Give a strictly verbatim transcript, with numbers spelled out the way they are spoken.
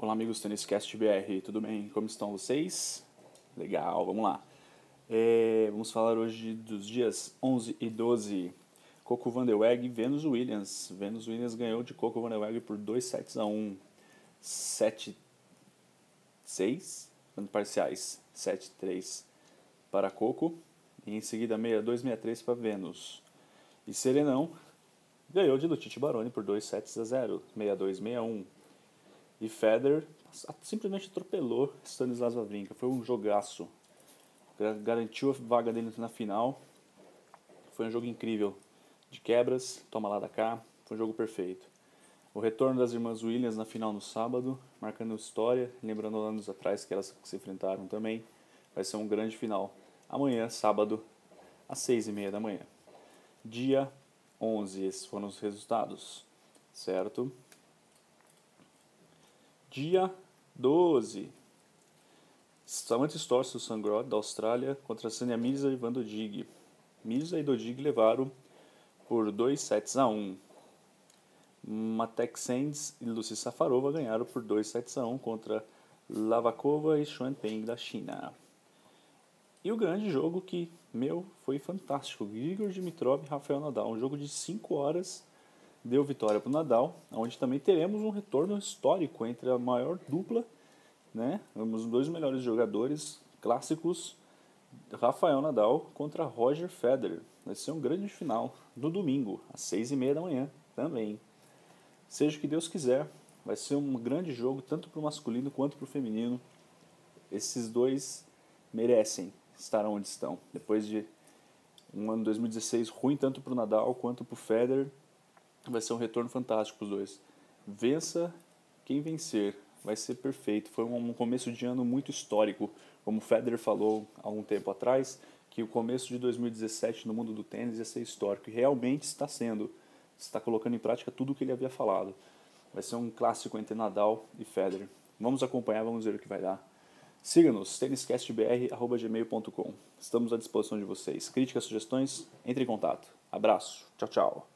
Olá, amigos do TênisCast B R, tudo bem? Como estão vocês? Legal, vamos lá. É, vamos falar hoje dos dias onze e doze. Coco Van de Weg e Venus Williams. Venus Williams ganhou de Coco Van de Weg por dois sets a um. sete seis, parciais. sete três para Coco e em seguida seis dois, seis três para Venus. E Serenão ganhou de Lucic Baroni por dois sets a zero, seis dois, seis um. E Federer simplesmente atropelou Stanislas Wawrinka. Foi um jogaço. Garantiu a vaga dele na final. Foi um jogo incrível. De quebras, toma lá da cá. Foi um jogo perfeito. O retorno das irmãs Williams na final no sábado, marcando história, lembrando anos atrás que elas se enfrentaram também. Vai ser um grande final. Amanhã, sábado, às seis e meia da manhã. Dia onze, esses foram os resultados. Certo? Dia doze. Samantha Stosur do Sangrod, da Austrália, contra Sania Mirza e Van Dodig. Mirza e Dodig levaram por dois sets a um. Matek Sands e Lucy Safarova ganharam por dois sets a um contra Lavakova e Xuan Peng da China. E o grande jogo que, meu, foi fantástico. Grigor Dimitrov e Rafael Nadal. Um jogo de cinco horas. Deu vitória para o Nadal, onde também teremos um retorno histórico entre a maior dupla, né? Os dois melhores jogadores clássicos, Rafael Nadal contra Roger Federer. Vai ser um grande final no domingo, às seis e meia da manhã também. Seja o que Deus quiser, vai ser um grande jogo tanto para o masculino quanto para o feminino. Esses dois merecem estar onde estão. Depois de um ano dois mil e dezesseis ruim tanto para o Nadal quanto para o Federer, vai ser um retorno fantástico para os dois. Vença quem vencer, vai ser perfeito. Foi um começo de ano muito histórico, como o Federer falou há um tempo atrás, que o começo de dois mil e dezessete no mundo do tênis ia ser histórico, e realmente está sendo. Está colocando em prática tudo o que ele havia falado. Vai ser um clássico entre Nadal e Federer. Vamos acompanhar, vamos ver o que vai dar. Siga-nos, têniscastbr arroba gmail ponto com. Estamos à disposição de vocês. Críticas, sugestões, entre em contato. Abraço, tchau, tchau.